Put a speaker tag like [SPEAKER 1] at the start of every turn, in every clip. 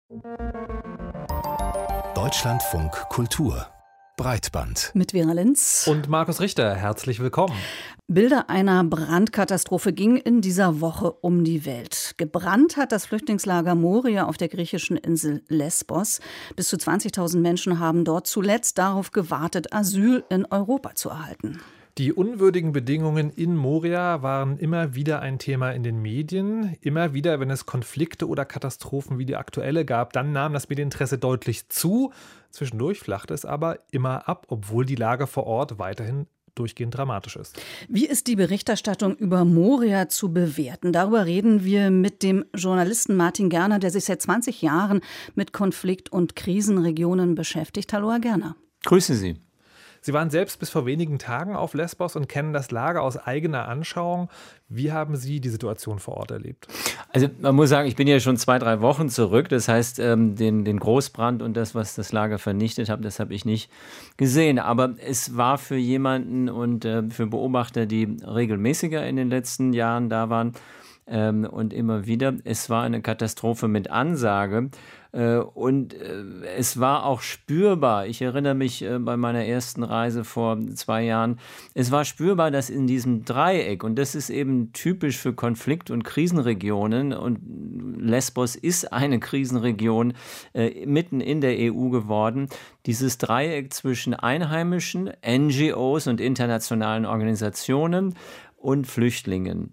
[SPEAKER 1] Deutschlandfunk Kultur Breitband.
[SPEAKER 2] Mit Vera Linz
[SPEAKER 3] und Markus Richter. Herzlich willkommen.
[SPEAKER 2] Bilder einer Brandkatastrophe gingen in dieser Woche um die Welt. Gebrannt hat das Flüchtlingslager Moria auf der griechischen Insel Lesbos. Bis zu 20.000 Menschen haben dort zuletzt darauf gewartet, Asyl in Europa zu erhalten.
[SPEAKER 3] Die unwürdigen Bedingungen in Moria waren immer wieder ein Thema in den Medien. Immer wieder, wenn es Konflikte oder Katastrophen wie die aktuelle gab, dann nahm das Medieninteresse deutlich zu. Zwischendurch flachte es aber immer ab, obwohl die Lage vor Ort weiterhin durchgehend dramatisch ist.
[SPEAKER 2] Wie ist die Berichterstattung über Moria zu bewerten? Darüber reden wir mit dem Journalisten Martin Gerner, der sich seit 20 Jahren mit Konflikt- und Krisenregionen beschäftigt. Hallo, Herr Gerner.
[SPEAKER 4] Grüße Sie.
[SPEAKER 3] Sie waren selbst bis vor wenigen Tagen auf Lesbos und kennen das Lager aus eigener Anschauung. Wie haben Sie die Situation vor Ort erlebt?
[SPEAKER 4] Also man muss sagen, ich bin ja schon 2-3 Wochen zurück. Das heißt, den Großbrand und das, was das Lager vernichtet hat, das habe ich nicht gesehen. Aber es war für jemanden und für Beobachter, die regelmäßiger in den letzten Jahren da waren und immer wieder, es war eine Katastrophe mit Ansage. Und es war auch spürbar, ich erinnere mich bei meiner ersten Reise vor 2 Jahren, es war spürbar, dass in diesem Dreieck, und das ist eben typisch für Konflikt- und Krisenregionen, und Lesbos ist eine Krisenregion mitten in der EU geworden, dieses Dreieck zwischen Einheimischen, NGOs und internationalen Organisationen und Flüchtlingen.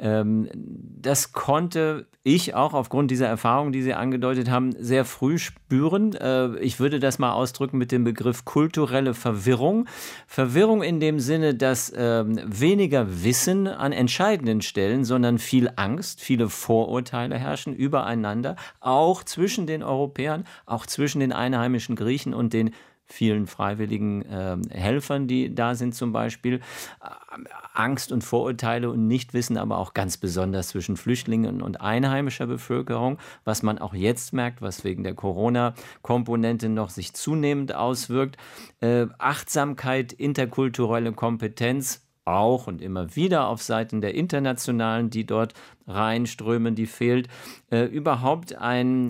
[SPEAKER 4] Das konnte ich auch aufgrund dieser Erfahrung, die Sie angedeutet haben, sehr früh spüren. Ich würde das mal ausdrücken mit dem Begriff kulturelle Verwirrung. Verwirrung in dem Sinne, dass weniger Wissen an entscheidenden Stellen, sondern viel Angst, viele Vorurteile herrschen übereinander, auch zwischen den Europäern, auch zwischen den einheimischen Griechen und den vielen freiwilligen Helfern, die da sind zum Beispiel. Angst und Vorurteile und Nichtwissen, aber auch ganz besonders zwischen Flüchtlingen und einheimischer Bevölkerung, was man auch jetzt merkt, was wegen der Corona-Komponente noch sich zunehmend auswirkt. Achtsamkeit, interkulturelle Kompetenz, auch und immer wieder auf Seiten der Internationalen, die dort reinströmen, die fehlt. Überhaupt ein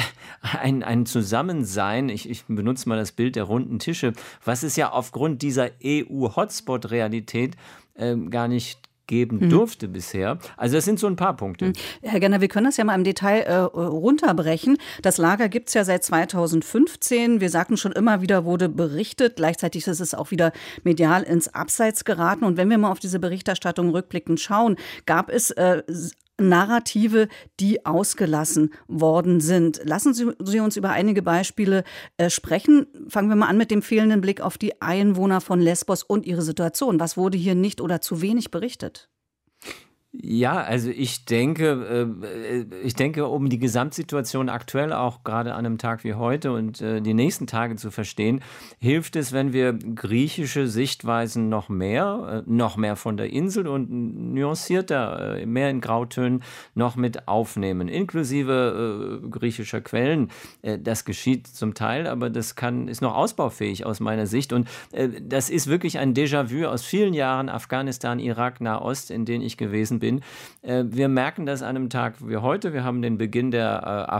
[SPEAKER 4] Zusammensein, ich benutze mal das Bild der runden Tische, was es ja aufgrund dieser EU-Hotspot-Realität gar nicht geben durfte bisher. Also das sind so ein paar Punkte.
[SPEAKER 2] Herr Gerner, wir können das ja mal im Detail runterbrechen. Das Lager gibt es ja seit 2015. Wir sagten schon immer wieder, wurde berichtet. Gleichzeitig ist es auch wieder medial ins Abseits geraten. Und wenn wir mal auf diese Berichterstattung rückblickend schauen, gab es Narrative, die ausgelassen worden sind. Lassen Sie uns über einige Beispiele sprechen. Fangen wir mal an mit dem fehlenden Blick auf die Einwohner von Lesbos und ihre Situation. Was wurde hier nicht oder zu wenig berichtet?
[SPEAKER 4] Ja, also ich denke, um die Gesamtsituation aktuell auch gerade an einem Tag wie heute und die nächsten Tage zu verstehen, hilft es, wenn wir griechische Sichtweisen noch mehr von der Insel und nuancierter, mehr in Grautönen noch mit aufnehmen, inklusive griechischer Quellen. Das geschieht zum Teil, aber das ist noch ausbaufähig aus meiner Sicht, und das ist wirklich ein Déjà-vu aus vielen Jahren Afghanistan, Irak, Nahost, in denen ich gewesen bin. Wir merken das an einem Tag wie heute. Wir haben den Beginn der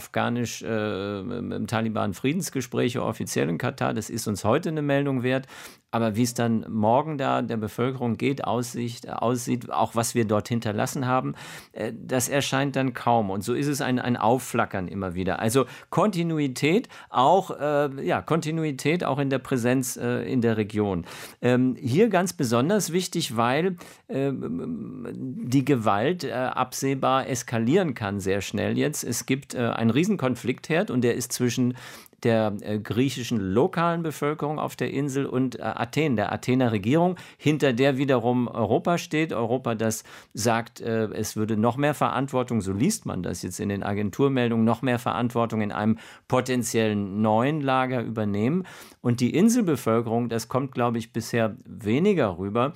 [SPEAKER 4] afghanisch-Taliban-Friedensgespräche offiziell in Katar. Das ist uns heute eine Meldung wert. Aber wie es dann morgen da der Bevölkerung aussieht, auch was wir dort hinterlassen haben, das erscheint dann kaum. Und so ist es ein Aufflackern immer wieder. Also Kontinuität auch in der Präsenz in der Region. Hier ganz besonders wichtig, weil die Gewalt absehbar eskalieren kann sehr schnell jetzt. Es gibt einen Riesenkonfliktherd, und der ist zwischen der griechischen lokalen Bevölkerung auf der Insel und Athen, der Athener Regierung, hinter der wiederum Europa steht. Europa, das sagt, es würde noch mehr Verantwortung, so liest man das jetzt in den Agenturmeldungen, noch mehr Verantwortung in einem potenziellen neuen Lager übernehmen. Und die Inselbevölkerung, das kommt, glaube ich, bisher weniger rüber,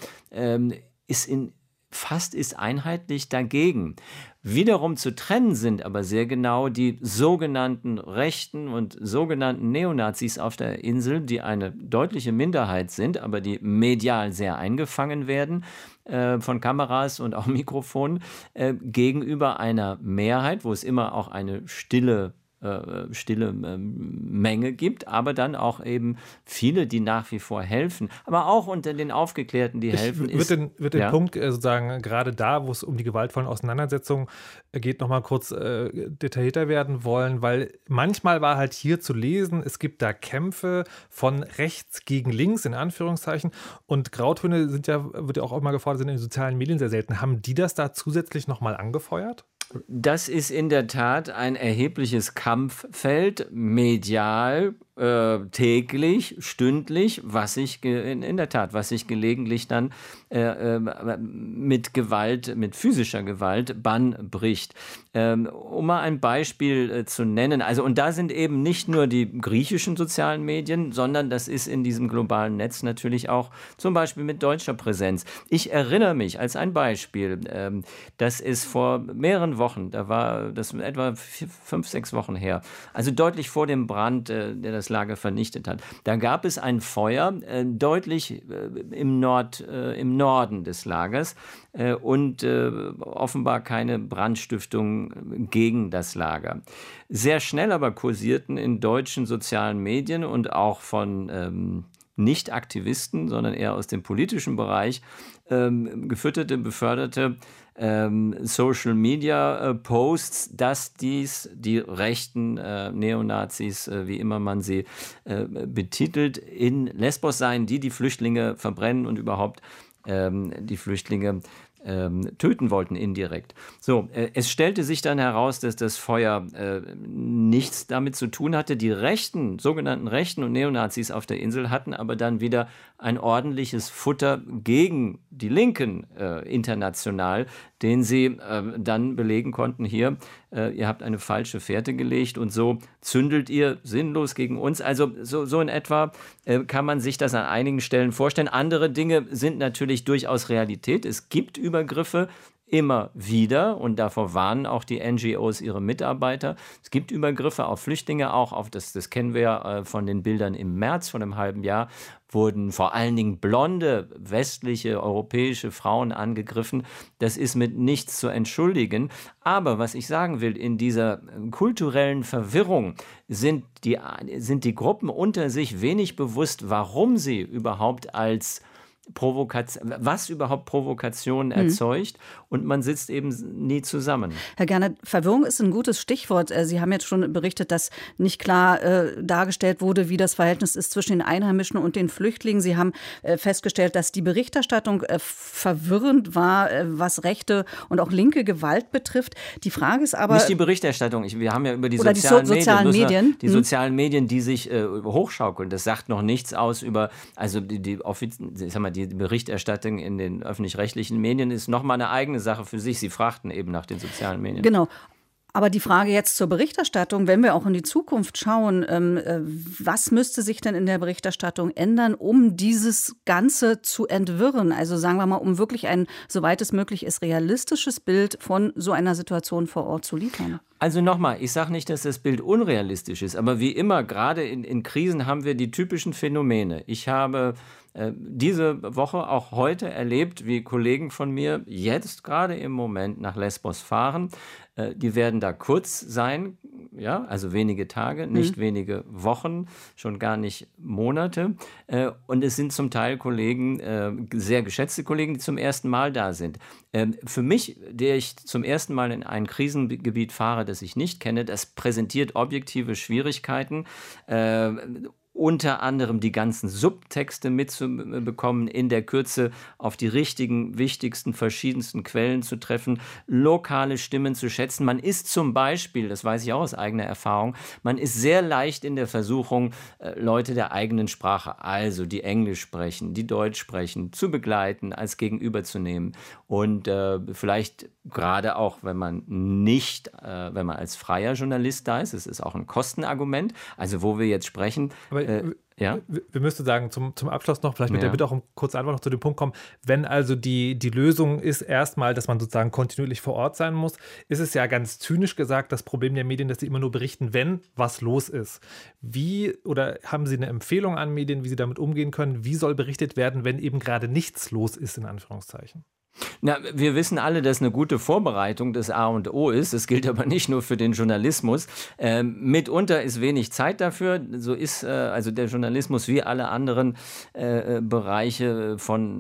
[SPEAKER 4] ist einheitlich dagegen. Wiederum zu trennen sind aber sehr genau die sogenannten Rechten und sogenannten Neonazis auf der Insel, die eine deutliche Minderheit sind, aber die medial sehr eingefangen werden von Kameras und auch Mikrofonen, gegenüber einer Mehrheit, wo es immer auch eine stille stille Menge gibt, aber dann auch eben viele, die nach wie vor helfen. Aber auch unter den Aufgeklärten, die helfen.
[SPEAKER 3] Ich würde den Punkt sozusagen gerade da, wo es um die gewaltvollen Auseinandersetzungen geht, nochmal kurz detaillierter werden wollen, weil manchmal war halt hier zu lesen, es gibt da Kämpfe von rechts gegen links, in Anführungszeichen, und Grautöne wird ja auch immer gefordert, sind in den sozialen Medien sehr selten. Haben die das da zusätzlich nochmal angefeuert?
[SPEAKER 4] Das ist in der Tat ein erhebliches Kampffeld, medial, täglich, stündlich, was sich gelegentlich dann mit Gewalt, mit physischer Gewalt Bann bricht. Um mal ein Beispiel zu nennen, und da sind eben nicht nur die griechischen sozialen Medien, sondern das ist in diesem globalen Netz natürlich auch zum Beispiel mit deutscher Präsenz. Ich erinnere mich als ein Beispiel, dass es vor mehreren Wochen, da war das etwa 5, 6 Wochen her, also deutlich vor dem Brand, der das Lager vernichtet hat. Da gab es ein Feuer, deutlich im Norden des Lagers und offenbar keine Brandstiftung gegen das Lager. Sehr schnell aber kursierten in deutschen sozialen Medien und auch von nicht Aktivisten, sondern eher aus dem politischen Bereich, gefütterte, beförderte Social-Media-Posts, dass dies die rechten Neonazis, wie immer man sie betitelt, in Lesbos seien, die Flüchtlinge verbrennen und überhaupt die Flüchtlinge töten wollten indirekt. So, es stellte sich dann heraus, dass das Feuer nichts damit zu tun hatte. Die sogenannten Rechten und Neonazis auf der Insel hatten aber dann wieder ein ordentliches Futter gegen die Linken international, den sie dann belegen konnten, hier, ihr habt eine falsche Fährte gelegt und so zündelt ihr sinnlos gegen uns. Also so in etwa kann man sich das an einigen Stellen vorstellen. Andere Dinge sind natürlich durchaus Realität. Es gibt Übergriffe immer wieder und davor warnen auch die NGOs ihre Mitarbeiter. Es gibt Übergriffe auf Flüchtlinge, auch auf das kennen wir ja von den Bildern im März von einem halben Jahr, wurden vor allen Dingen blonde, westliche, europäische Frauen angegriffen. Das ist mit nichts zu entschuldigen. Aber was ich sagen will, in dieser kulturellen Verwirrung sind die Gruppen unter sich wenig bewusst, warum sie überhaupt was überhaupt Provokation erzeugt, und man sitzt eben nie zusammen.
[SPEAKER 2] Herr Gernert, Verwirrung ist ein gutes Stichwort. Sie haben jetzt schon berichtet, dass nicht klar dargestellt wurde, wie das Verhältnis ist zwischen den Einheimischen und den Flüchtlingen. Sie haben festgestellt, dass die Berichterstattung verwirrend war, was rechte und auch linke Gewalt betrifft. Die Frage ist aber...
[SPEAKER 4] Nicht die Berichterstattung, wir haben ja über die
[SPEAKER 2] sozialen Medien.
[SPEAKER 4] Die sozialen Medien, die sich hochschaukeln. Das sagt noch nichts aus über, die Berichterstattung in den öffentlich-rechtlichen Medien ist nochmal eine eigene Sache für sich. Sie fragten eben nach den sozialen Medien.
[SPEAKER 2] Genau. Aber die Frage jetzt zur Berichterstattung, wenn wir auch in die Zukunft schauen, was müsste sich denn in der Berichterstattung ändern, um dieses Ganze zu entwirren? Also sagen wir mal, um wirklich ein, soweit es möglich ist, realistisches Bild von so einer Situation vor Ort zu liefern.
[SPEAKER 4] Also nochmal, ich sage nicht, dass das Bild unrealistisch ist, aber wie immer, gerade in Krisen haben wir die typischen Phänomene. Ich habe diese Woche, auch heute, erlebt, wie Kollegen von mir jetzt gerade im Moment nach Lesbos fahren. Die werden da kurz sein, ja, also wenige Tage, nicht wenige Wochen, schon gar nicht Monate. Und es sind zum Teil Kollegen, sehr geschätzte Kollegen, die zum ersten Mal da sind. Für mich, der ich zum ersten Mal in ein Krisengebiet fahre, das ich nicht kenne, das präsentiert objektive Schwierigkeiten. Unter anderem die ganzen Subtexte mitzubekommen, in der Kürze auf die richtigen, wichtigsten, verschiedensten Quellen zu treffen, lokale Stimmen zu schätzen. Man ist zum Beispiel, das weiß ich auch aus eigener Erfahrung, man ist sehr leicht in der Versuchung, Leute der eigenen Sprache, also die Englisch sprechen, die Deutsch sprechen, zu begleiten, als Gegenüber zu nehmen. Und vielleicht gerade auch, wenn man als freier Journalist da ist, es ist auch ein Kostenargument, also wo wir jetzt sprechen.
[SPEAKER 3] Aber
[SPEAKER 4] ja?
[SPEAKER 3] wir müssten sagen, zum Abschluss noch, vielleicht mit der Bitte auch um kurze Antwort noch zu dem Punkt kommen, wenn also die Lösung ist erstmal, dass man sozusagen kontinuierlich vor Ort sein muss, ist es ja ganz zynisch gesagt, das Problem der Medien, dass sie immer nur berichten, wenn was los ist. Oder haben Sie eine Empfehlung an Medien, wie sie damit umgehen können? Wie soll berichtet werden, wenn eben gerade nichts los ist, in Anführungszeichen?
[SPEAKER 4] Na, wir wissen alle, dass eine gute Vorbereitung das A und O ist. Das gilt aber nicht nur für den Journalismus. Mitunter ist wenig Zeit dafür. So ist also der Journalismus wie alle anderen Bereiche von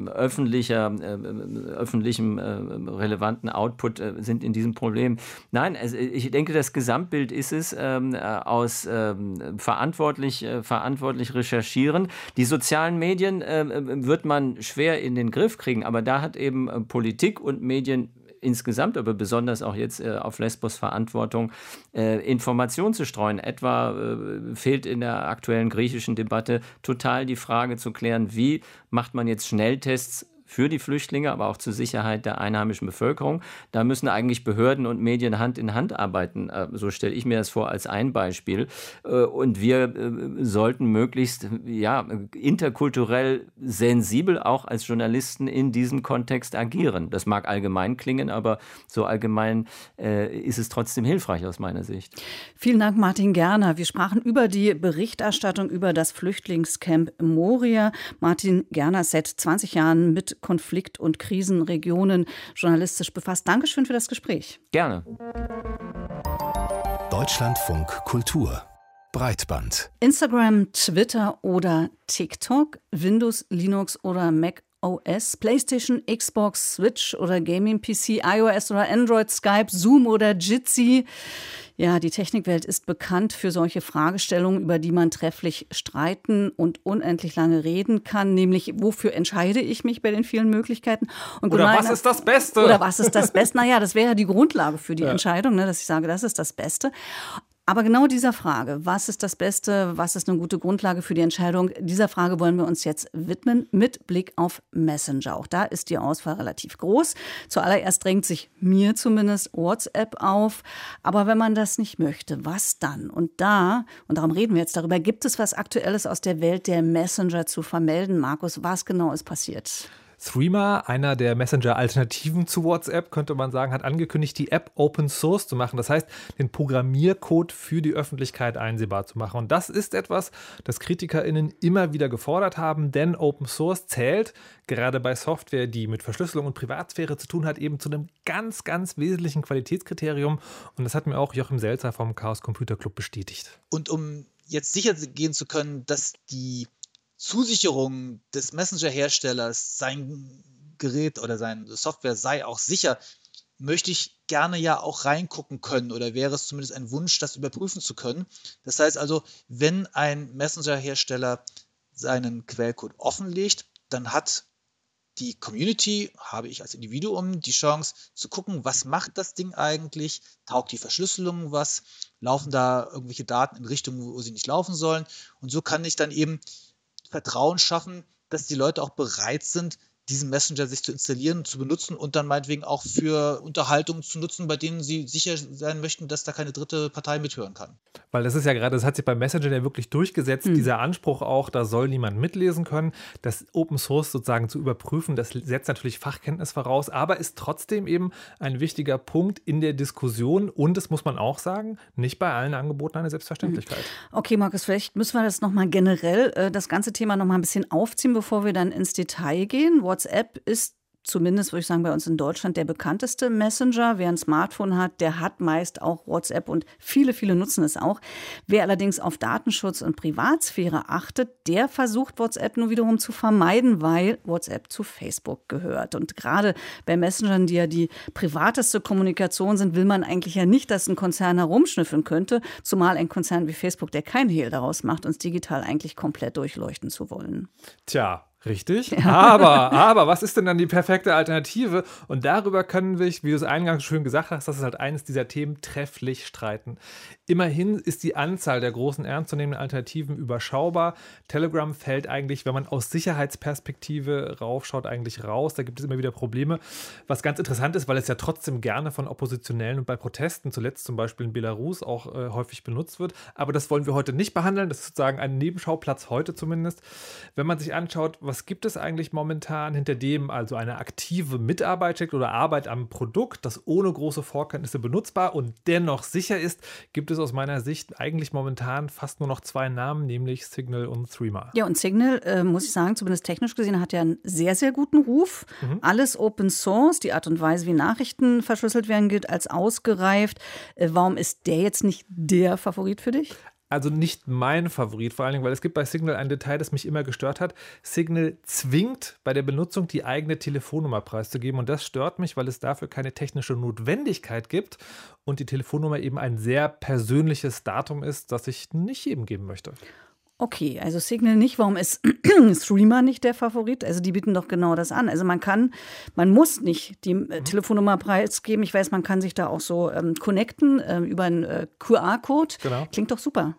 [SPEAKER 4] öffentlichem relevanten Output sind in diesem Problem. Nein, also ich denke, das Gesamtbild ist es, aus verantwortlich recherchieren. Die sozialen Medien wird man schwer in den Griff kriegen, aber da hat eben Politik und Medien insgesamt, aber besonders auch jetzt auf Lesbos Verantwortung, Informationen zu streuen. Etwa fehlt in der aktuellen griechischen Debatte total die Frage zu klären, wie macht man jetzt Schnelltests für die Flüchtlinge, aber auch zur Sicherheit der einheimischen Bevölkerung. Da müssen eigentlich Behörden und Medien Hand in Hand arbeiten. So stelle ich mir das vor als ein Beispiel. Und wir sollten möglichst interkulturell sensibel auch als Journalisten in diesem Kontext agieren. Das mag allgemein klingen, aber so allgemein ist es trotzdem hilfreich aus meiner Sicht.
[SPEAKER 2] Vielen Dank, Martin Gerner. Wir sprachen über die Berichterstattung über das Flüchtlingscamp Moria. Martin Gerner ist seit 20 Jahren mit Konflikt- und Krisenregionen journalistisch befasst. Dankeschön für das Gespräch.
[SPEAKER 4] Gerne.
[SPEAKER 1] Deutschlandfunk Kultur. Breitband.
[SPEAKER 2] Instagram, Twitter oder TikTok, Windows, Linux oder Mac OS, PlayStation, Xbox, Switch oder Gaming-PC, iOS oder Android, Skype, Zoom oder Jitsi. Ja, die Technikwelt ist bekannt für solche Fragestellungen, über die man trefflich streiten und unendlich lange reden kann, nämlich wofür entscheide ich mich bei den vielen Möglichkeiten? Und
[SPEAKER 3] oder was ist das Beste?
[SPEAKER 2] Oder was ist das Beste? Naja, das wäre ja die Grundlage für die Entscheidung, ne, dass ich sage, das ist das Beste. Aber genau dieser Frage, was ist das Beste, was ist eine gute Grundlage für die Entscheidung, dieser Frage wollen wir uns jetzt widmen mit Blick auf Messenger. Auch da ist die Auswahl relativ groß. Zuallererst drängt sich mir zumindest WhatsApp auf. Aber wenn man das nicht möchte, was dann? Und darum reden wir jetzt darüber, gibt es was Aktuelles aus der Welt der Messenger zu vermelden? Markus, was genau ist passiert?
[SPEAKER 3] Threema, einer der Messenger-Alternativen zu WhatsApp, könnte man sagen, hat angekündigt, die App Open Source zu machen. Das heißt, den Programmiercode für die Öffentlichkeit einsehbar zu machen. Und das ist etwas, das KritikerInnen immer wieder gefordert haben, denn Open Source zählt, gerade bei Software, die mit Verschlüsselung und Privatsphäre zu tun hat, eben zu einem ganz, ganz wesentlichen Qualitätskriterium. Und das hat mir auch Joachim Selzer vom Chaos Computer Club bestätigt.
[SPEAKER 5] Und um jetzt sicher gehen zu können, dass die Zusicherung des Messenger-Herstellers, sein Gerät oder seine Software sei auch sicher, möchte ich gerne ja auch reingucken können oder wäre es zumindest ein Wunsch, das überprüfen zu können. Das heißt also, wenn ein Messenger-Hersteller seinen Quellcode offenlegt, dann hat die Community, habe ich als Individuum die Chance zu gucken, was macht das Ding eigentlich, taugt die Verschlüsselung was, laufen da irgendwelche Daten in Richtungen, wo sie nicht laufen sollen, und so kann ich dann eben Vertrauen schaffen, dass die Leute auch bereit sind, diesen Messenger sich zu installieren und zu benutzen und dann meinetwegen auch für Unterhaltungen zu nutzen, bei denen sie sicher sein möchten, dass da keine dritte Partei mithören kann.
[SPEAKER 3] Weil das ist ja gerade, das hat sich beim Messenger ja wirklich durchgesetzt, dieser Anspruch auch, da soll niemand mitlesen können. Das Open Source sozusagen zu überprüfen, das setzt natürlich Fachkenntnis voraus, aber ist trotzdem eben ein wichtiger Punkt in der Diskussion und, das muss man auch sagen, nicht bei allen Angeboten eine Selbstverständlichkeit.
[SPEAKER 2] Okay, Markus, vielleicht müssen wir das nochmal generell, das ganze Thema nochmal ein bisschen aufziehen, bevor wir dann ins Detail gehen. WhatsApp ist zumindest, würde ich sagen, bei uns in Deutschland der bekannteste Messenger. Wer ein Smartphone hat, der hat meist auch WhatsApp und viele, viele nutzen es auch. Wer allerdings auf Datenschutz und Privatsphäre achtet, der versucht WhatsApp nur wiederum zu vermeiden, weil WhatsApp zu Facebook gehört. Und gerade bei Messengern, die ja die privateste Kommunikation sind, will man eigentlich ja nicht, dass ein Konzern herumschnüffeln könnte, zumal ein Konzern wie Facebook, der kein Hehl daraus macht, uns digital eigentlich komplett durchleuchten zu wollen.
[SPEAKER 3] Tja. Richtig, aber was ist denn dann die perfekte Alternative? Und darüber können wir, wie du es eingangs schön gesagt hast, das ist halt eines dieser Themen, trefflich streiten. Immerhin ist die Anzahl der großen ernstzunehmenden Alternativen überschaubar. Telegram fällt eigentlich, wenn man aus Sicherheitsperspektive raufschaut, eigentlich raus. Da gibt es immer wieder Probleme. Was ganz interessant ist, weil es ja trotzdem gerne von Oppositionellen und bei Protesten, zuletzt zum Beispiel in Belarus, auch häufig benutzt wird. Aber das wollen wir heute nicht behandeln. Das ist sozusagen ein Nebenschauplatz heute zumindest. Wenn man sich anschaut, was gibt es eigentlich momentan, hinter dem also eine aktive Mitarbeit steckt oder Arbeit am Produkt, das ohne große Vorkenntnisse benutzbar und dennoch sicher ist, gibt es aus meiner Sicht eigentlich momentan fast nur noch 2 Namen, nämlich Signal und Threema.
[SPEAKER 2] Ja, und Signal, muss ich sagen, zumindest technisch gesehen, hat ja einen sehr, sehr guten Ruf. Alles Open Source, die Art und Weise, wie Nachrichten verschlüsselt werden, gilt als ausgereift. Warum ist der jetzt nicht der Favorit für dich?
[SPEAKER 3] Also nicht mein Favorit, vor allen Dingen, weil es gibt bei Signal ein Detail, das mich immer gestört hat. Signal zwingt bei der Benutzung die eigene Telefonnummer preiszugeben und das stört mich, weil es dafür keine technische Notwendigkeit gibt und die Telefonnummer eben ein sehr persönliches Datum ist, das ich nicht jedem geben möchte.
[SPEAKER 2] Okay, also Signal nicht. Warum ist Threema nicht der Favorit? Also die bieten doch genau das an. Also man muss nicht die Telefonnummer preisgeben. Ich weiß, man kann sich da auch so connecten über einen QR-Code.
[SPEAKER 3] Genau.
[SPEAKER 2] Klingt doch super.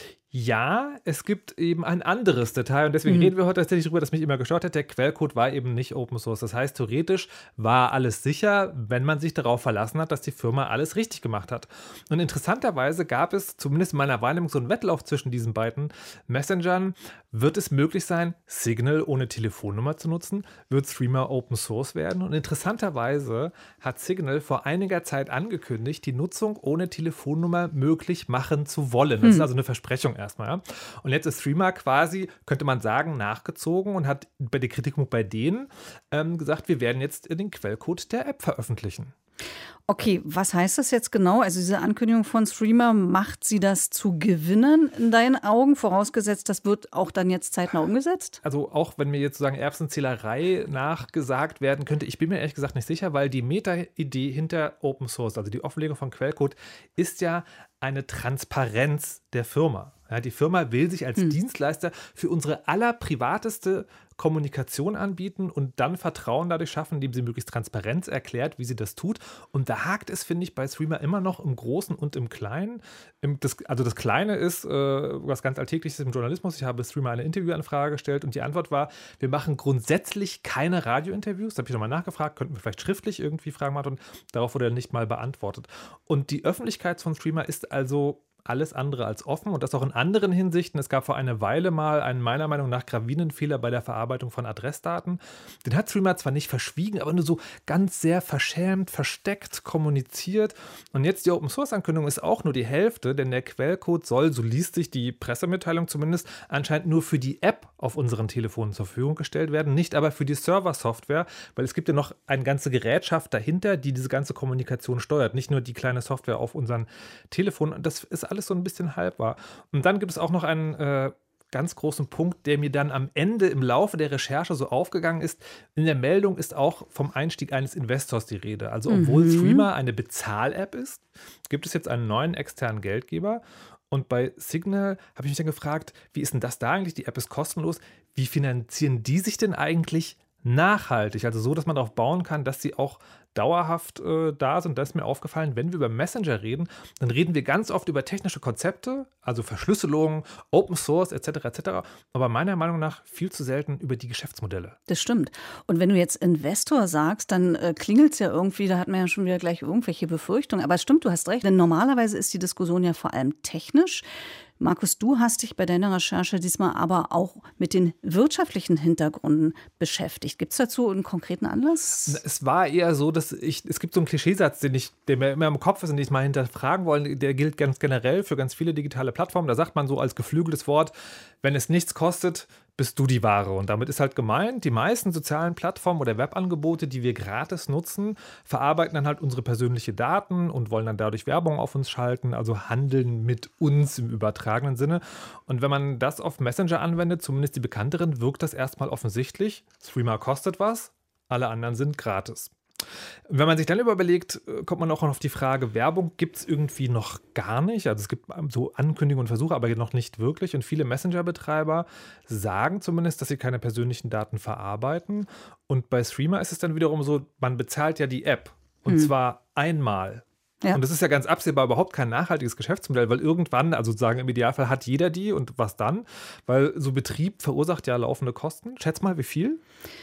[SPEAKER 3] Ja, es gibt eben ein anderes Detail und deswegen reden wir heute tatsächlich darüber, das mich immer gestört hat. Der Quellcode war eben nicht Open Source. Das heißt, theoretisch war alles sicher, wenn man sich darauf verlassen hat, dass die Firma alles richtig gemacht hat. Und interessanterweise gab es, zumindest in meiner Wahrnehmung, so einen Wettlauf zwischen diesen beiden Messengern. Wird es möglich sein, Signal ohne Telefonnummer zu nutzen? Wird Threema Open Source werden? Und interessanterweise hat Signal vor einiger Zeit angekündigt, die Nutzung ohne Telefonnummer möglich machen zu wollen. Das ist also eine Versprechung erstmal. Ja? Und jetzt ist Threema quasi, könnte man sagen, nachgezogen und hat bei der Kritik bei denen gesagt, wir werden jetzt den Quellcode der App veröffentlichen.
[SPEAKER 2] Okay, was heißt das jetzt genau? Also diese Ankündigung von Threema, macht sie das zu gewinnen in deinen Augen? Vorausgesetzt, das wird auch dann jetzt zeitnah umgesetzt?
[SPEAKER 3] Also auch wenn mir jetzt sozusagen Erbsenzählerei nachgesagt werden könnte, ich bin mir ehrlich gesagt nicht sicher, weil die Meta-Idee hinter Open Source, also die Offenlegung von Quellcode, ist ja eine Transparenz der Firma. Ja, die Firma will sich als Dienstleister für unsere allerprivateste Kommunikation anbieten und dann Vertrauen dadurch schaffen, indem sie möglichst Transparenz erklärt, wie sie das tut. Und da hakt es, finde ich, bei Threema immer noch im Großen und im Kleinen. Das Kleine ist was ganz Alltägliches im Journalismus. Ich habe Threema eine Interviewanfrage gestellt und die Antwort war, wir machen grundsätzlich keine Radiointerviews. Da habe ich nochmal nachgefragt, könnten wir vielleicht schriftlich irgendwie Fragen machen und darauf wurde nicht mal beantwortet. Und die Öffentlichkeit von Threema ist also alles andere als offen und das auch in anderen Hinsichten. Es gab vor einer Weile mal einen meiner Meinung nach gravierenden Fehler bei der Verarbeitung von Adressdaten. Den hat Threema zwar nicht verschwiegen, aber nur so ganz sehr verschämt, versteckt kommuniziert. Und jetzt die Open-Source-Ankündigung ist auch nur die Hälfte, denn der Quellcode soll, so liest sich die Pressemitteilung zumindest, anscheinend nur für die App auf unseren Telefonen zur Verfügung gestellt werden, nicht aber für die Server-Software, weil es gibt ja noch eine ganze Gerätschaft dahinter, die diese ganze Kommunikation steuert, nicht nur die kleine Software auf unseren Telefonen. Das ist alles so ein bisschen halb war. Und dann gibt es auch noch einen ganz großen Punkt, der mir dann am Ende im Laufe der Recherche so aufgegangen ist. In der Meldung ist auch vom Einstieg eines Investors die Rede. Also obwohl Threema eine Bezahl-App ist, gibt es jetzt einen neuen externen Geldgeber. Und bei Signal habe ich mich dann gefragt, wie ist denn das da eigentlich? Die App ist kostenlos. Wie finanzieren die sich denn eigentlich nachhaltig? Also so, dass man darauf bauen kann, dass sie auch dauerhaft da sind. Das ist mir aufgefallen, wenn wir über Messenger reden, dann reden wir ganz oft über technische Konzepte, also Verschlüsselung, Open Source etc. Aber meiner Meinung nach viel zu selten über die Geschäftsmodelle.
[SPEAKER 2] Das stimmt. Und wenn du jetzt Investor sagst, dann klingelt es ja irgendwie, da hat man ja schon wieder gleich irgendwelche Befürchtungen. Aber es stimmt, du hast recht, denn normalerweise ist die Diskussion ja vor allem technisch. Markus, du hast dich bei deiner Recherche diesmal aber auch mit den wirtschaftlichen Hintergründen beschäftigt. Gibt es dazu einen konkreten Anlass?
[SPEAKER 3] Es war eher so, dass es gibt so einen Klischeesatz, der mir immer im Kopf ist und den ich mal hinterfragen wollte. Der gilt ganz generell für ganz viele digitale Plattformen. Da sagt man so als geflügeltes Wort, wenn es nichts kostet, bist du die Ware. Und damit ist halt gemeint, die meisten sozialen Plattformen oder Webangebote, die wir gratis nutzen, verarbeiten dann halt unsere persönlichen Daten und wollen dann dadurch Werbung auf uns schalten, also handeln mit uns im übertragenen Sinne. Und wenn man das auf Messenger anwendet, zumindest die bekannteren, wirkt das erstmal offensichtlich. Threema kostet was, alle anderen sind gratis. Wenn man sich dann überlegt, kommt man auch auf die Frage, Werbung gibt es irgendwie noch gar nicht. Also es gibt so Ankündigungen und Versuche, aber noch nicht wirklich. Und viele Messenger-Betreiber sagen zumindest, dass sie keine persönlichen Daten verarbeiten. Und bei Threema ist es dann wiederum so, man bezahlt ja die App. Und zwar einmal. Ja. Und das ist ja ganz absehbar überhaupt kein nachhaltiges Geschäftsmodell, weil irgendwann, also sozusagen im Idealfall hat jeder die und was dann? Weil so Betrieb verursacht ja laufende Kosten. Schätz mal, wie viel?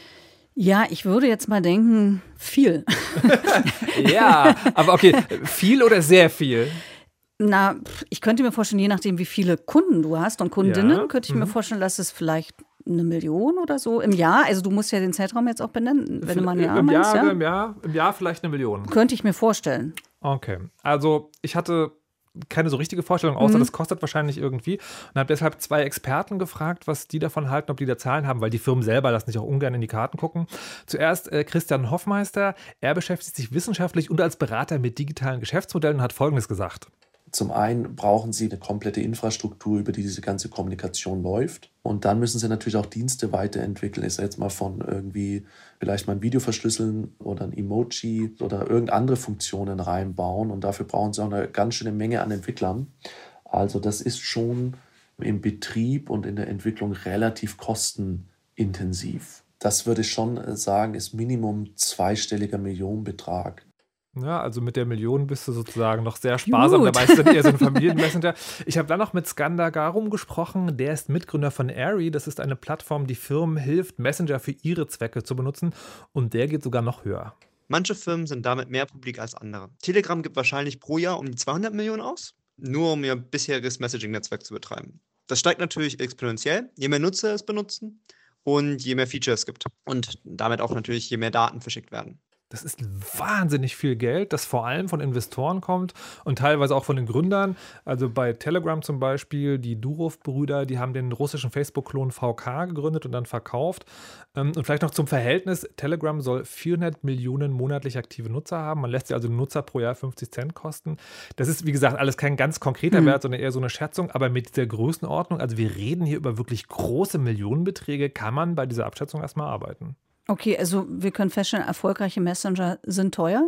[SPEAKER 2] Ja, ich würde jetzt mal denken, viel.
[SPEAKER 3] Ja, aber okay, viel oder sehr viel?
[SPEAKER 2] Na, ich könnte mir vorstellen, je nachdem, wie viele Kunden du hast und Kundinnen, könnte ich mir vorstellen, dass es vielleicht 1 Million oder so im Jahr? Also du musst ja den Zeitraum jetzt auch benennen, wenn du mal ein Jahr meinst, ja?
[SPEAKER 3] Im Jahr vielleicht 1 Million.
[SPEAKER 2] Könnte ich mir vorstellen.
[SPEAKER 3] Okay, also ich hatte keine so richtige Vorstellung, außer das kostet wahrscheinlich irgendwie. Und habe deshalb 2 Experten gefragt, was die davon halten, ob die da Zahlen haben, weil die Firmen selber lassen sich auch ungern in die Karten gucken. Zuerst Christian Hoffmeister. Er beschäftigt sich wissenschaftlich und als Berater mit digitalen Geschäftsmodellen und hat Folgendes gesagt.
[SPEAKER 6] Zum einen brauchen Sie eine komplette Infrastruktur, über die diese ganze Kommunikation läuft. Und dann müssen Sie natürlich auch Dienste weiterentwickeln. Ich sage jetzt mal von irgendwie vielleicht mal ein Video verschlüsseln oder ein Emoji oder irgendeine andere Funktionen reinbauen. Und dafür brauchen Sie auch eine ganz schöne Menge an Entwicklern. Also das ist schon im Betrieb und in der Entwicklung relativ kostenintensiv. Das würde ich schon sagen, ist Minimum 2-stelliger Millionenbetrag.
[SPEAKER 3] Ja, also mit der Million bist du sozusagen noch sehr sparsam. Dabei ist dann eher so ein Familienmessenger. Ich habe dann noch mit Skandar Garum gesprochen. Der ist Mitgründer von Airy. Das ist eine Plattform, die Firmen hilft, Messenger für ihre Zwecke zu benutzen. Und der geht sogar noch höher.
[SPEAKER 7] Manche Firmen sind damit mehr publik als andere. Telegram gibt wahrscheinlich pro Jahr um die 200 Millionen aus, nur um ihr bisheriges Messaging-Netzwerk zu betreiben. Das steigt natürlich exponentiell, je mehr Nutzer es benutzen und je mehr Features es gibt. Und damit auch natürlich, je mehr Daten verschickt werden.
[SPEAKER 3] Das ist wahnsinnig viel Geld, das vor allem von Investoren kommt und teilweise auch von den Gründern. Also bei Telegram zum Beispiel, die Durov-Brüder, die haben den russischen Facebook-Klon VK gegründet und dann verkauft. Und vielleicht noch zum Verhältnis, Telegram soll 400 Millionen monatlich aktive Nutzer haben. Man lässt sich also Nutzer pro Jahr 50 Cent kosten. Das ist, wie gesagt, alles kein ganz konkreter Wert, sondern eher so eine Schätzung. Aber mit dieser Größenordnung, also wir reden hier über wirklich große Millionenbeträge, kann man bei dieser Abschätzung erstmal arbeiten.
[SPEAKER 2] Okay, also wir können feststellen, erfolgreiche Messenger sind teuer,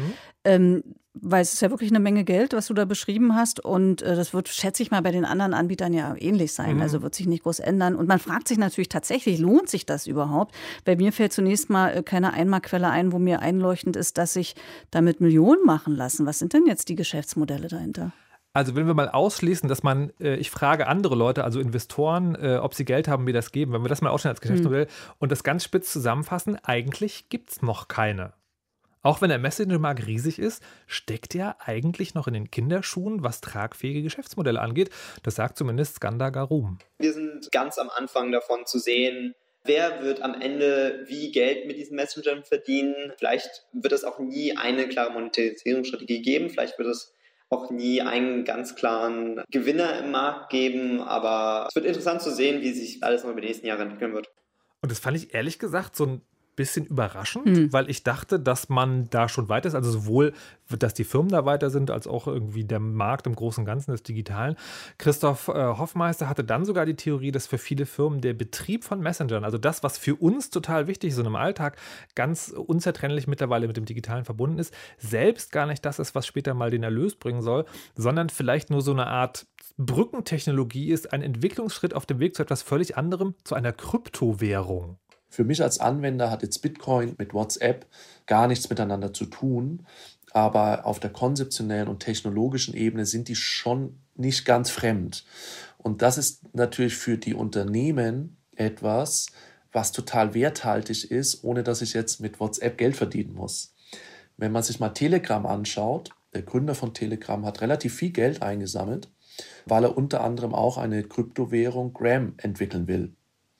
[SPEAKER 2] weil es ist ja wirklich eine Menge Geld, was du da beschrieben hast und das wird, schätze ich mal, bei den anderen Anbietern ja ähnlich sein, also wird sich nicht groß ändern und man fragt sich natürlich tatsächlich, lohnt sich das überhaupt? Bei mir fällt zunächst mal keine Einmalquelle ein, wo mir einleuchtend ist, dass sich damit Millionen machen lassen. Was sind denn jetzt die Geschäftsmodelle dahinter?
[SPEAKER 3] Also wenn wir mal ausschließen, dass man, ich frage andere Leute, also Investoren, ob sie Geld haben, mir das geben, wenn wir das mal ausstellen als Geschäftsmodell und das ganz spitz zusammenfassen, eigentlich gibt es noch keine. Auch wenn der Messenger-Markt riesig ist, steckt er eigentlich noch in den Kinderschuhen, was tragfähige Geschäftsmodelle angeht. Das sagt zumindest Skandar Garum.
[SPEAKER 8] Wir sind ganz am Anfang davon zu sehen, wer wird am Ende wie Geld mit diesen Messengern verdienen. Vielleicht wird es auch nie eine klare Monetarisierungsstrategie geben, vielleicht wird es auch nie einen ganz klaren Gewinner im Markt geben, aber es wird interessant zu sehen, wie sich alles noch über die nächsten Jahre entwickeln wird.
[SPEAKER 3] Und das fand ich ehrlich gesagt so ein bisschen überraschend, weil ich dachte, dass man da schon weiter ist, also sowohl, dass die Firmen da weiter sind, als auch irgendwie der Markt im Großen und Ganzen des Digitalen. Christoph Hoffmeister hatte dann sogar die Theorie, dass für viele Firmen der Betrieb von Messengern, also das, was für uns total wichtig ist und im Alltag ganz unzertrennlich mittlerweile mit dem Digitalen verbunden ist, selbst gar nicht das ist, was später mal den Erlös bringen soll, sondern vielleicht nur so eine Art Brückentechnologie ist, ein Entwicklungsschritt auf dem Weg zu etwas völlig anderem, zu einer Kryptowährung.
[SPEAKER 6] Für mich als Anwender hat jetzt Bitcoin mit WhatsApp gar nichts miteinander zu tun, aber auf der konzeptionellen und technologischen Ebene sind die schon nicht ganz fremd. Und das ist natürlich für die Unternehmen etwas, was total werthaltig ist, ohne dass ich jetzt mit WhatsApp Geld verdienen muss. Wenn man sich mal Telegram anschaut, der Gründer von Telegram hat relativ viel Geld eingesammelt, weil er unter anderem auch eine Kryptowährung Gram entwickeln will.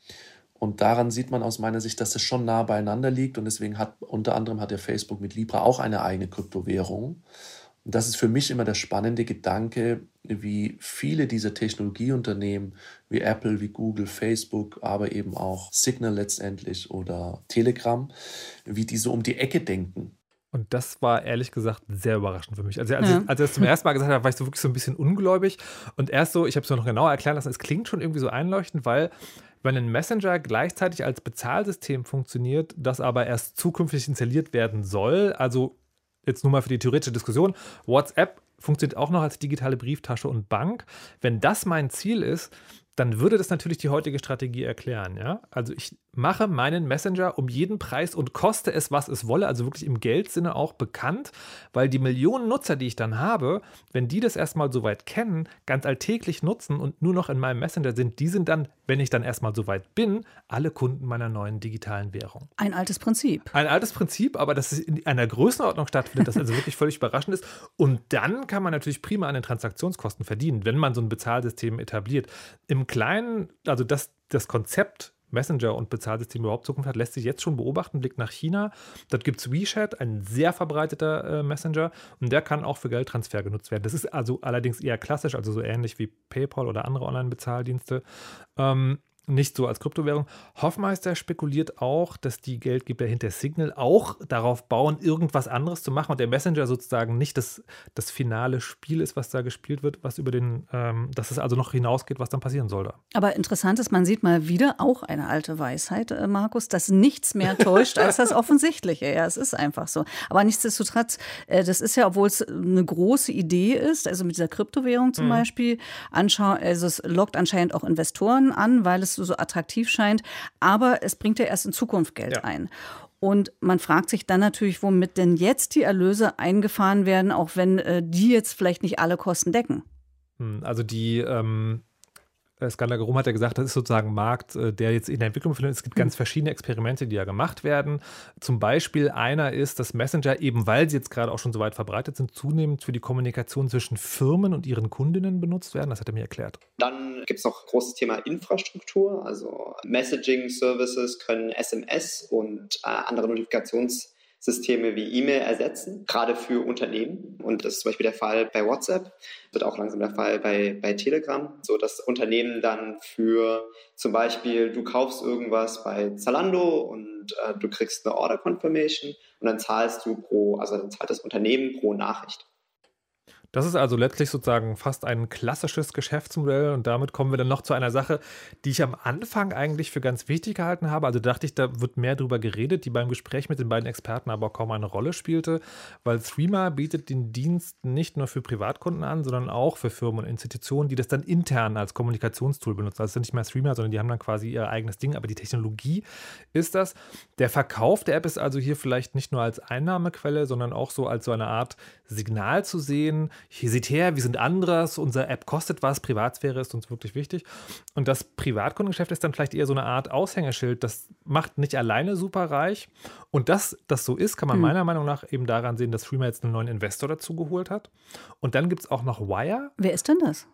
[SPEAKER 6] Und daran sieht man aus meiner Sicht, dass es schon nah beieinander liegt. Und deswegen hat unter anderem der Facebook mit Libra auch eine eigene Kryptowährung. Und das ist für mich immer der spannende Gedanke, wie viele dieser Technologieunternehmen wie Apple, wie Google, Facebook, aber eben auch Signal letztendlich oder Telegram, wie die so um die Ecke denken.
[SPEAKER 3] Und das war ehrlich gesagt sehr überraschend für mich. Also als er es zum ersten Mal gesagt hat, war ich so wirklich so ein bisschen ungläubig. Und erst so, ich habe es mir noch genauer erklären lassen, es klingt schon irgendwie so einleuchtend, weil wenn ein Messenger gleichzeitig als Bezahlsystem funktioniert, das aber erst zukünftig installiert werden soll, also jetzt nur mal für die theoretische Diskussion, WhatsApp funktioniert auch noch als digitale Brieftasche und Bank. Wenn das mein Ziel ist, dann würde das natürlich die heutige Strategie erklären. Ja? Also ich mache meinen Messenger um jeden Preis und koste es, was es wolle, also wirklich im Geldsinne auch bekannt, weil die Millionen Nutzer, die ich dann habe, wenn die das erstmal soweit kennen, ganz alltäglich nutzen und nur noch in meinem Messenger sind, die sind dann, wenn ich dann erstmal soweit bin, alle Kunden meiner neuen digitalen Währung.
[SPEAKER 2] Ein altes Prinzip.
[SPEAKER 3] Ein altes Prinzip, aber dass es in einer Größenordnung stattfindet, das also wirklich völlig überraschend ist. Und dann kann man natürlich prima an den Transaktionskosten verdienen, wenn man so ein Bezahlsystem etabliert. Im Kleinen, also das Konzept Messenger und Bezahlsystem überhaupt Zukunft hat, lässt sich jetzt schon beobachten. Blick nach China. Dort gibt es WeChat, ein sehr verbreiteter Messenger. Und der kann auch für Geldtransfer genutzt werden. Das ist also allerdings eher klassisch, also so ähnlich wie PayPal oder andere Online-Bezahldienste. Nicht so als Kryptowährung. Hoffmeister spekuliert auch, dass die Geldgeber hinter Signal auch darauf bauen, irgendwas anderes zu machen und der Messenger sozusagen nicht das finale Spiel ist, was da gespielt wird, was über dass es also noch hinausgeht, was dann passieren soll da.
[SPEAKER 2] Aber interessant ist, man sieht mal wieder auch eine alte Weisheit, Markus, dass nichts mehr täuscht als das Offensichtliche. Ja, es ist einfach so. Aber nichtsdestotrotz, das ist ja, obwohl es eine große Idee ist, also mit dieser Kryptowährung zum Beispiel, also es lockt anscheinend auch Investoren an, weil es so attraktiv scheint, aber es bringt ja erst in Zukunft Geld ein. Und man fragt sich dann natürlich, womit denn jetzt die Erlöse eingefahren werden, auch wenn die jetzt vielleicht nicht alle Kosten decken.
[SPEAKER 3] Also die Skandal hat ja gesagt, das ist sozusagen ein Markt, der jetzt in der Entwicklung befindet. Es gibt ganz verschiedene Experimente, die ja gemacht werden. Zum Beispiel einer ist, dass Messenger, eben weil sie jetzt gerade auch schon so weit verbreitet sind, zunehmend für die Kommunikation zwischen Firmen und ihren Kundinnen benutzt werden. Das hat er mir erklärt.
[SPEAKER 8] Dann gibt es noch ein großes Thema Infrastruktur. Also Messaging-Services können SMS und andere Notifikationssysteme wie E-Mail ersetzen, gerade für Unternehmen. Und das ist zum Beispiel der Fall bei WhatsApp, wird auch langsam der Fall bei Telegram, so dass Unternehmen dann für zum Beispiel, du kaufst irgendwas bei Zalando und du kriegst eine Order Confirmation und dann zahlt das Unternehmen pro Nachricht.
[SPEAKER 3] Das ist also letztlich sozusagen fast ein klassisches Geschäftsmodell und damit kommen wir dann noch zu einer Sache, die ich am Anfang eigentlich für ganz wichtig gehalten habe. Also dachte ich, da wird mehr drüber geredet, die beim Gespräch mit den beiden Experten aber kaum eine Rolle spielte, weil Threema bietet den Dienst nicht nur für Privatkunden an, sondern auch für Firmen und Institutionen, die das dann intern als Kommunikationstool benutzen. Also es ist nicht mehr Threema, sondern die haben dann quasi ihr eigenes Ding, aber die Technologie ist das. Der Verkauf der App ist also hier vielleicht nicht nur als Einnahmequelle, sondern auch so als so eine Art Signal zu sehen. Hier seht her, wir sind anders, unsere App kostet was, Privatsphäre ist uns wirklich wichtig. Und das Privatkundengeschäft ist dann vielleicht eher so eine Art Aushängeschild, das macht nicht alleine super reich. Und dass das so ist, kann man meiner Meinung nach eben daran sehen, dass Threema jetzt einen neuen Investor dazu geholt hat. Und dann gibt es auch noch Wire.
[SPEAKER 2] Wer ist denn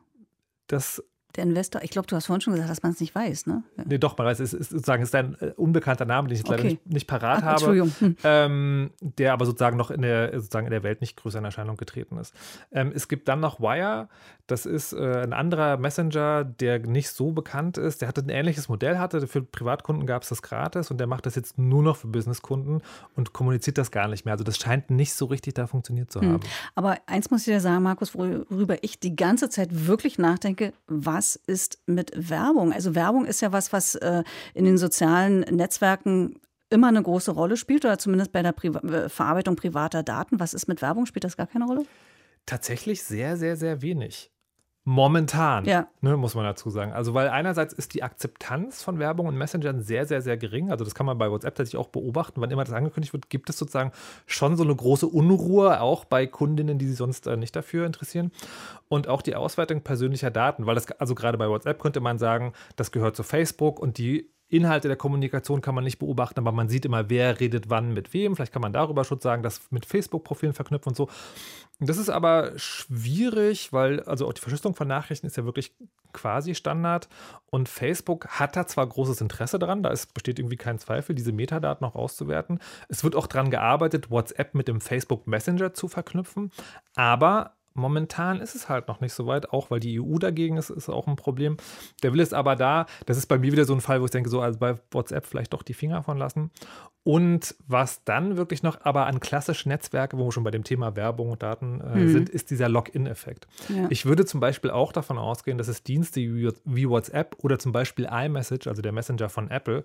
[SPEAKER 2] das? Der Investor, ich glaube, du hast vorhin schon gesagt, dass man es nicht weiß, ne? Ja.
[SPEAKER 3] Nee, doch, man weiß, es ist sozusagen ein unbekannter Name, den ich jetzt leider nicht parat habe.
[SPEAKER 2] Entschuldigung.
[SPEAKER 3] Der aber sozusagen noch in der Welt nicht größer in Erscheinung getreten ist. Es gibt dann noch Wire, das ist ein anderer Messenger, der nicht so bekannt ist. Der hatte ein ähnliches Modell, für Privatkunden gab es das gratis und der macht das jetzt nur noch für Businesskunden und kommuniziert das gar nicht mehr. Also das scheint nicht so richtig da funktioniert zu haben.
[SPEAKER 2] Aber eins muss ich dir sagen, Markus, worüber ich die ganze Zeit wirklich nachdenke, was ist mit Werbung? Also Werbung ist ja was in den sozialen Netzwerken immer eine große Rolle spielt oder zumindest bei der Verarbeitung privater Daten. Was ist mit Werbung? Spielt das gar keine Rolle?
[SPEAKER 3] Tatsächlich sehr, sehr, sehr wenig. Momentan, muss man dazu sagen. Also weil einerseits ist die Akzeptanz von Werbung und Messengern sehr, sehr, sehr gering. Also das kann man bei WhatsApp tatsächlich auch beobachten. Wann immer das angekündigt wird, gibt es sozusagen schon so eine große Unruhe, auch bei Kundinnen, die sich sonst nicht dafür interessieren. Und auch die Auswertung persönlicher Daten, weil also gerade bei WhatsApp könnte man sagen, das gehört zu Facebook und die Inhalte der Kommunikation kann man nicht beobachten, aber man sieht immer, wer redet wann mit wem. Vielleicht kann man darüber schon sagen, das mit Facebook-Profilen verknüpfen und so. Das ist aber schwierig, weil also auch die Verschlüsselung von Nachrichten ist ja wirklich quasi Standard und Facebook hat da zwar großes Interesse daran, besteht irgendwie kein Zweifel, diese Metadaten auch auszuwerten. Es wird auch daran gearbeitet, WhatsApp mit dem Facebook Messenger zu verknüpfen, aber momentan ist es halt noch nicht so weit, auch weil die EU dagegen ist auch ein Problem. Der Wille ist aber da. Das ist bei mir wieder so ein Fall, wo ich denke, so also bei WhatsApp vielleicht doch die Finger von lassen. Und was dann wirklich noch aber an klassischen Netzwerken, wo wir schon bei dem Thema Werbung und Daten sind, ist dieser Login-Effekt. Ja. Ich würde zum Beispiel auch davon ausgehen, dass es Dienste wie WhatsApp oder zum Beispiel iMessage, also der Messenger von Apple,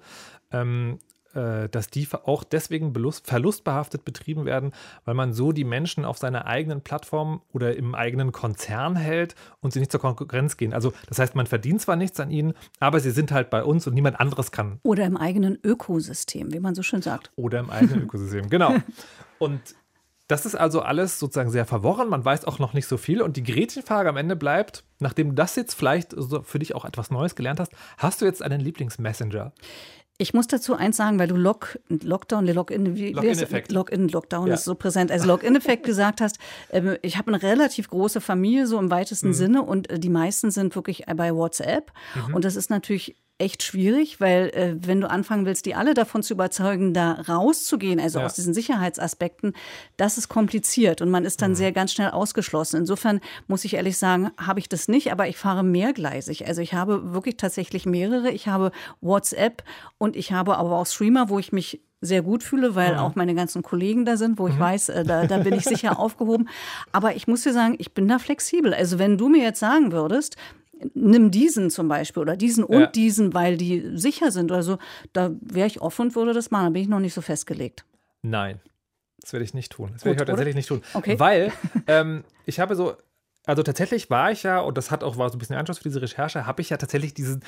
[SPEAKER 3] dass die auch deswegen verlustbehaftet betrieben werden, weil man so die Menschen auf seiner eigenen Plattform oder im eigenen Konzern hält und sie nicht zur Konkurrenz gehen. Also das heißt, man verdient zwar nichts an ihnen, aber sie sind halt bei uns und niemand anderes kann.
[SPEAKER 2] Oder im eigenen Ökosystem, wie man so schön sagt.
[SPEAKER 3] Oder im eigenen Ökosystem, genau. Und das ist also alles sozusagen sehr verworren, man weiß auch noch nicht so viel und die Gretchenfrage am Ende bleibt, nachdem du das jetzt vielleicht für dich auch etwas Neues gelernt hast du jetzt einen Lieblingsmessenger?
[SPEAKER 2] Ich muss dazu eins sagen, weil du Login-Lockdown ist so präsent, also Login-Effekt gesagt hast. Ich habe eine relativ große Familie, so im weitesten Sinne und die meisten sind wirklich bei WhatsApp und das ist natürlich echt schwierig, weil wenn du anfangen willst, die alle davon zu überzeugen, da rauszugehen, also aus diesen Sicherheitsaspekten, das ist kompliziert und man ist dann ganz schnell ausgeschlossen. Insofern muss ich ehrlich sagen, habe ich das nicht, aber ich fahre mehrgleisig. Also ich habe wirklich tatsächlich mehrere. Ich habe WhatsApp und ich habe aber auch Streamer, wo ich mich sehr gut fühle, weil auch meine ganzen Kollegen da sind, wo ich weiß, da bin ich sicher aufgehoben. Aber ich muss dir sagen, ich bin da flexibel. Also wenn du mir jetzt sagen würdest, nimm diesen zum Beispiel oder diesen und diesen, weil die sicher sind oder so, da wäre ich offen und würde das machen. Da bin ich noch nicht so festgelegt.
[SPEAKER 3] Nein, das werde ich nicht tun. Das werde ich heute tatsächlich nicht tun.
[SPEAKER 2] Okay.
[SPEAKER 3] Weil ich habe so, also tatsächlich war ich ja, und das war so ein bisschen Anschluss für diese Recherche, habe ich ja tatsächlich diesen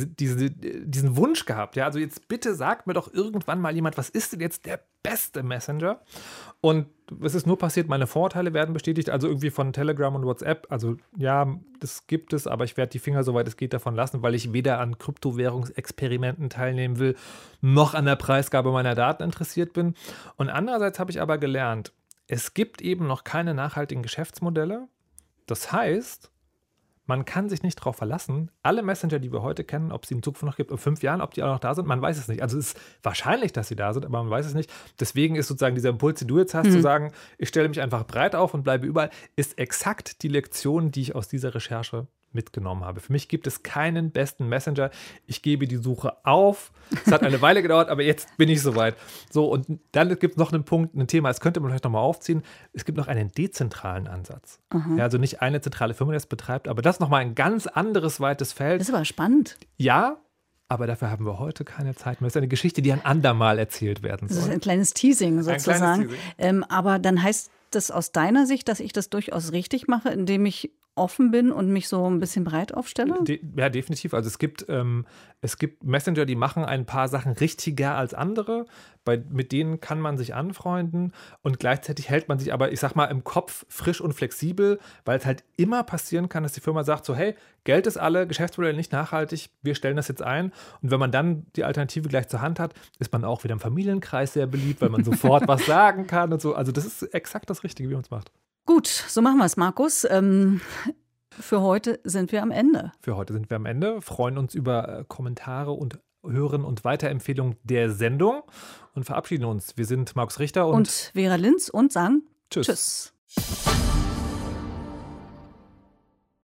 [SPEAKER 3] Wunsch gehabt. Ja, also jetzt bitte sagt mir doch irgendwann mal jemand, was ist denn jetzt der beste Messenger? Und es ist nur passiert, meine Vorurteile werden bestätigt, also irgendwie von Telegram und WhatsApp. Also ja, das gibt es, aber ich werde die Finger, soweit es geht, davon lassen, weil ich weder an Kryptowährungsexperimenten teilnehmen will, noch an der Preisgabe meiner Daten interessiert bin. Und andererseits habe ich aber gelernt, es gibt eben noch keine nachhaltigen Geschäftsmodelle. Das heißt, man kann sich nicht darauf verlassen, alle Messenger, die wir heute kennen, ob es sie in Zukunft noch gibt, in 5 Jahren, ob die auch noch da sind, man weiß es nicht. Also es ist wahrscheinlich, dass sie da sind, aber man weiß es nicht. Deswegen ist sozusagen dieser Impuls, den du jetzt hast, zu sagen, ich stelle mich einfach breit auf und bleibe überall, ist exakt die Lektion, die ich aus dieser Recherche mitgenommen habe. Für mich gibt es keinen besten Messenger. Ich gebe die Suche auf. Es hat eine Weile gedauert, aber jetzt bin ich soweit. So, und dann gibt es noch einen Punkt, ein Thema, das könnte man vielleicht nochmal aufziehen. Es gibt noch einen dezentralen Ansatz. Ja, also nicht eine zentrale Firma, die das betreibt, aber das ist nochmal ein ganz anderes, weites Feld.
[SPEAKER 2] Das ist aber spannend.
[SPEAKER 3] Ja, aber dafür haben wir heute keine Zeit mehr. Das ist eine Geschichte, die ein andermal erzählt werden soll.
[SPEAKER 2] Das ist ein kleines Teasing sozusagen.
[SPEAKER 3] Ein kleines Teasing.
[SPEAKER 2] Aber dann heißt das aus deiner Sicht, dass ich das durchaus richtig mache, indem ich offen bin und mich so ein bisschen breit aufstelle?
[SPEAKER 3] Ja, definitiv. Also es gibt Messenger, die machen ein paar Sachen richtiger als andere. Mit denen kann man sich anfreunden und gleichzeitig hält man sich aber, ich sag mal, im Kopf frisch und flexibel, weil es halt immer passieren kann, dass die Firma sagt so, hey, Geld ist alle, Geschäftsmodell nicht nachhaltig, wir stellen das jetzt ein. Und wenn man dann die Alternative gleich zur Hand hat, ist man auch wieder im Familienkreis sehr beliebt, weil man sofort was sagen kann und so. Also das ist exakt das Richtige, wie man es macht.
[SPEAKER 2] Gut, so machen wir es, Markus. Für heute sind wir am Ende.
[SPEAKER 3] Freuen uns über Kommentare und Hören und Weiterempfehlungen der Sendung und verabschieden uns. Wir sind Markus Richter und
[SPEAKER 2] Vera Linz und sagen
[SPEAKER 3] Tschüss.
[SPEAKER 2] Tschüss.